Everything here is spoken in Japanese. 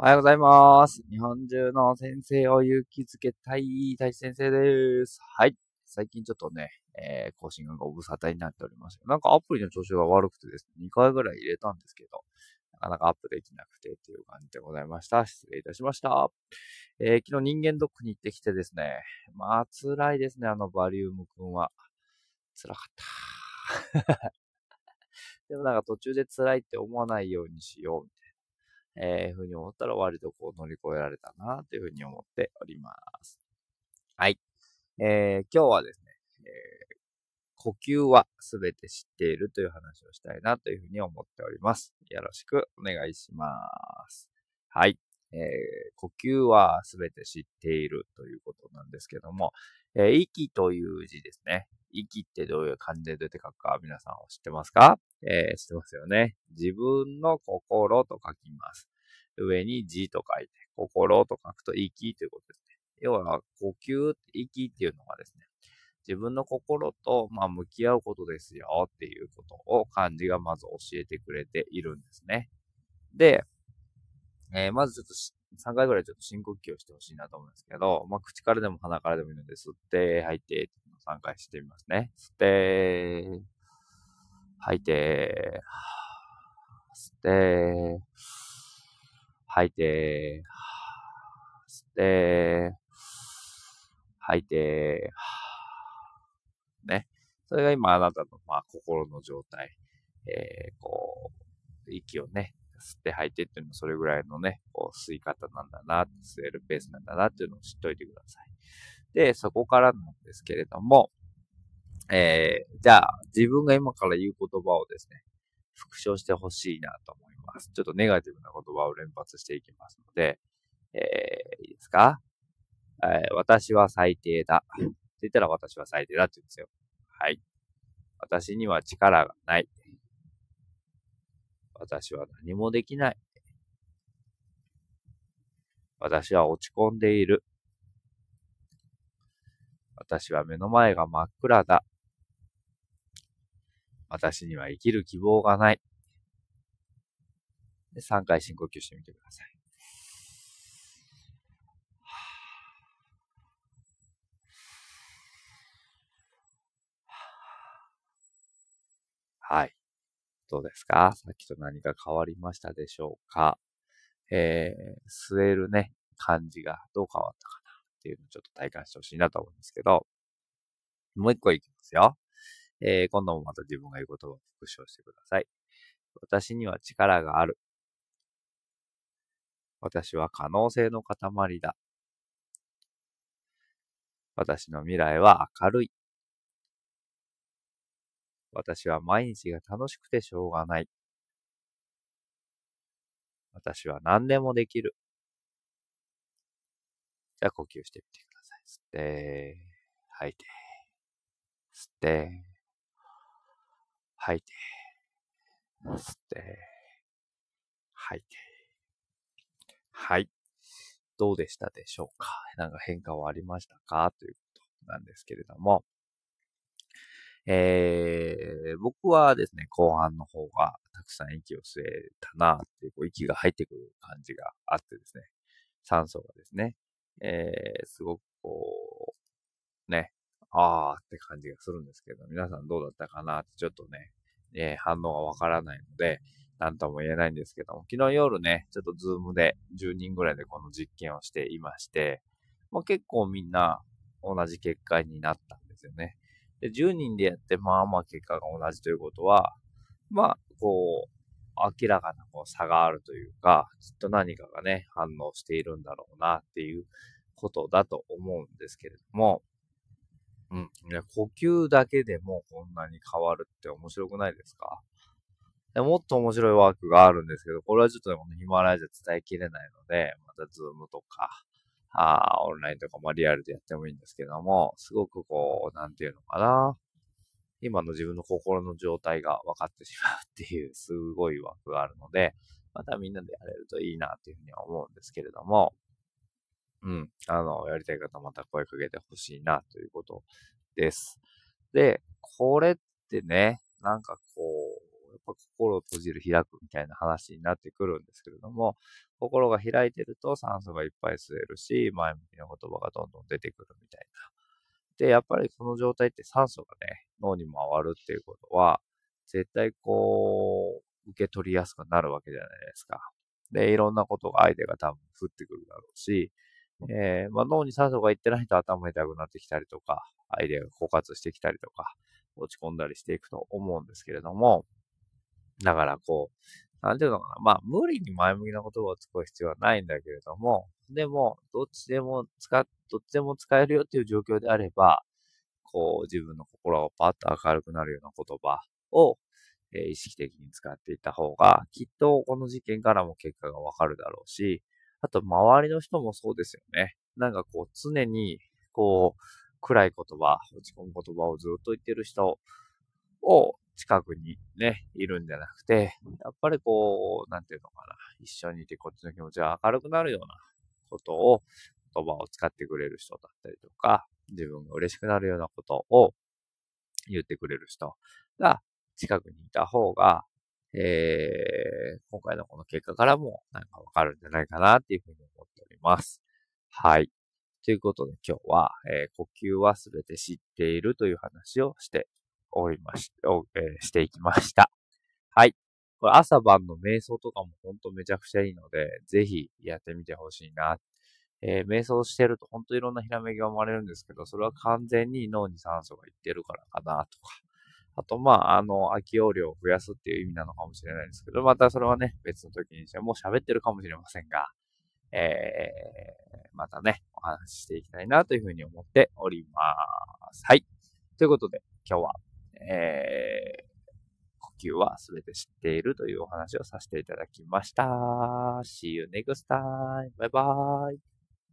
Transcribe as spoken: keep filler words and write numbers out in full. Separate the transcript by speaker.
Speaker 1: おはようございます。日本中の先生を勇気づけたい大地先生です。はい。最近ちょっとね、えー、更新がご無沙汰になっております。なんかアプリの調子が悪くてですね、にかいぐらい入れたんですけど、なかなかアップできなくてっていう感じでございました。失礼いたしました。えー、昨日人間ドックに行ってきてですね、まあ辛いですね、あのバリウムくんは。辛かった。でもなんか途中で辛いって思わないようにしようえー、ふうに思ったら割とこう乗り越えられたなというふうに思っております。はい。えー、今日はですね、えー、呼吸はすべて知っているという話をしたいなというふうに思っております。よろしくお願いします。はい。えー、呼吸はすべて知っているということなんですけども、えー、息という字ですね。息ってどういう漢字でどうやって書くか皆さんは知ってますか？えー、知ってますよね。自分の心と書きます。上に字と書いて、心と書くと息ということですね。要は、呼吸、息っていうのがですね、自分の心と、まあ、向き合うことですよっていうことを漢字がまず教えてくれているんですね。で、えーまずちょっとさんかいぐらいちょっと深呼吸をしてほしいなと思うんですけど、まあ、口からでも鼻からでもいいので、吸って、吐いて、っていうのをさんかいしてみますね。吸って、吐いて、吸って、吐いて、吸って、吐いて、ね。それが今あなたの、まあ、心の状態。えー、こう、息をね、吸って吐いてっていうのもそれぐらいのね、こう吸い方なんだな、吸えるペースなんだなっていうのを知っといてください。で、そこからなんですけれども、えー、じゃあ、自分が今から言う言葉をですね、復唱してほしいなと思います。ちょっとネガティブな言葉を連発していきますので、えー、いいですか？えー、私は最低だ。って言ったら私は最低だって言うんですよ。はい。私には力がない。私は何もできない。私は落ち込んでいる。私は目の前が真っ暗だ。私には生きる希望がない。で、さんかい深呼吸してみてください。はい。どうですか？さっきと何か変わりましたでしょうか？えー、吸えるね、感じがどう変わったかなっていうのをちょっと体感してほしいなと思うんですけど、もう一個いきますよ。えー、今度もまた自分が言う言葉を復唱してください。私には力がある。私は可能性の塊だ。私の未来は明るい。私は毎日が楽しくてしょうがない。私は何でもできる。じゃあ呼吸してみてください。吸って、吐いて、吸って、吐いて、吸って、吐いて。はい。どうでしたでしょうか？なんか変化はありましたか？ということなんですけれども、えー、僕はですね、後半の方がたくさん息を吸えたなっていう、こう息が入ってくる感じがあってですね、酸素がですね、えー、すごくこう、ね、あーって感じがするんですけど、皆さんどうだったかなってちょっとね、えー、反応がわからないので、なんとも言えないんですけども、昨日夜ね、ちょっとズームでじゅうにんぐらいでこの実験をしていまして、まあ、結構みんな同じ結果になったんですよね。で、じゅうにんでやって、まあまあ結果が同じということは、まあ、こう、明らかなこう差があるというか、きっと何かがね、反応しているんだろうなっていうことだと思うんですけれども、うん。いや、呼吸だけでもこんなに変わるって面白くないですか？でもっと面白いワークがあるんですけど、これはちょっとこのヒマラヤじゃ伝えきれないので、またズームとか、あーオンラインとか、まあリアルでやってもいいんですけども、すごくこう、なんていうのかな。今の自分の心の状態が分かってしまうっていう、すごい枠があるので、またみんなでやれるといいなっていうふうには思うんですけれども、うん、あの、やりたい方また声かけてほしいなということです。で、これってね、なんかこやっぱ心を閉じる、開くみたいな話になってくるんですけれども、心が開いてると酸素がいっぱい吸えるし、前向きな言葉がどんどん出てくるみたいな。で、やっぱりこの状態って酸素がね、脳に回るっていうことは、絶対こう、受け取りやすくなるわけじゃないですか。で、いろんなことが相手が多分降ってくるだろうし、えー、まあ、脳に酸素がいってないと頭痛くなってきたりとか、アイデアが枯渇してきたりとか、落ち込んだりしていくと思うんですけれども、だからこう、なんていうのかな、まあ、無理に前向きな言葉を使う必要はないんだけれども、でも、どっちでも使っ、どっちでも使えるよっていう状況であれば、こう、自分の心がパッと明るくなるような言葉を、えー意識的に使っていった方が、きっとこの事件からも結果がわかるだろうし、あと周りの人もそうですよね。なんかこう、常に、こう、暗い言葉、落ち込む言葉をずっと言ってる人を近くにね、いるんじゃなくて、やっぱりこう、なんていうのかな、一緒にいてこっちの気持ちが明るくなるようなことを、言葉を使ってくれる人だったりとか、自分が嬉しくなるようなことを言ってくれる人が近くにいた方が、えー、今回のこの結果からもなんかわかるんじゃないかなっていうふうに思っております。はい。ということで今日は、えー、呼吸はすべて知っているという話をしておりまし、おえーしていきました。はい。これ朝晩の瞑想とかもほんとめちゃくちゃいいので、ぜひやってみてほしいな。えー瞑想してるとほんといろんなひらめきが生まれるんですけど、それは完全に脳に酸素がいってるからかなとか。あと、まあ、あの、空き容量を増やすっていう意味なのかもしれないですけど、またそれはね、別の時にしてもう喋ってるかもしれませんが、えー、またね、お話ししていきたいなというふうに思っております。はい。ということで、今日は、えー、呼吸はすべて知っているというお話をさせていただきました。See you next time. バイバイ。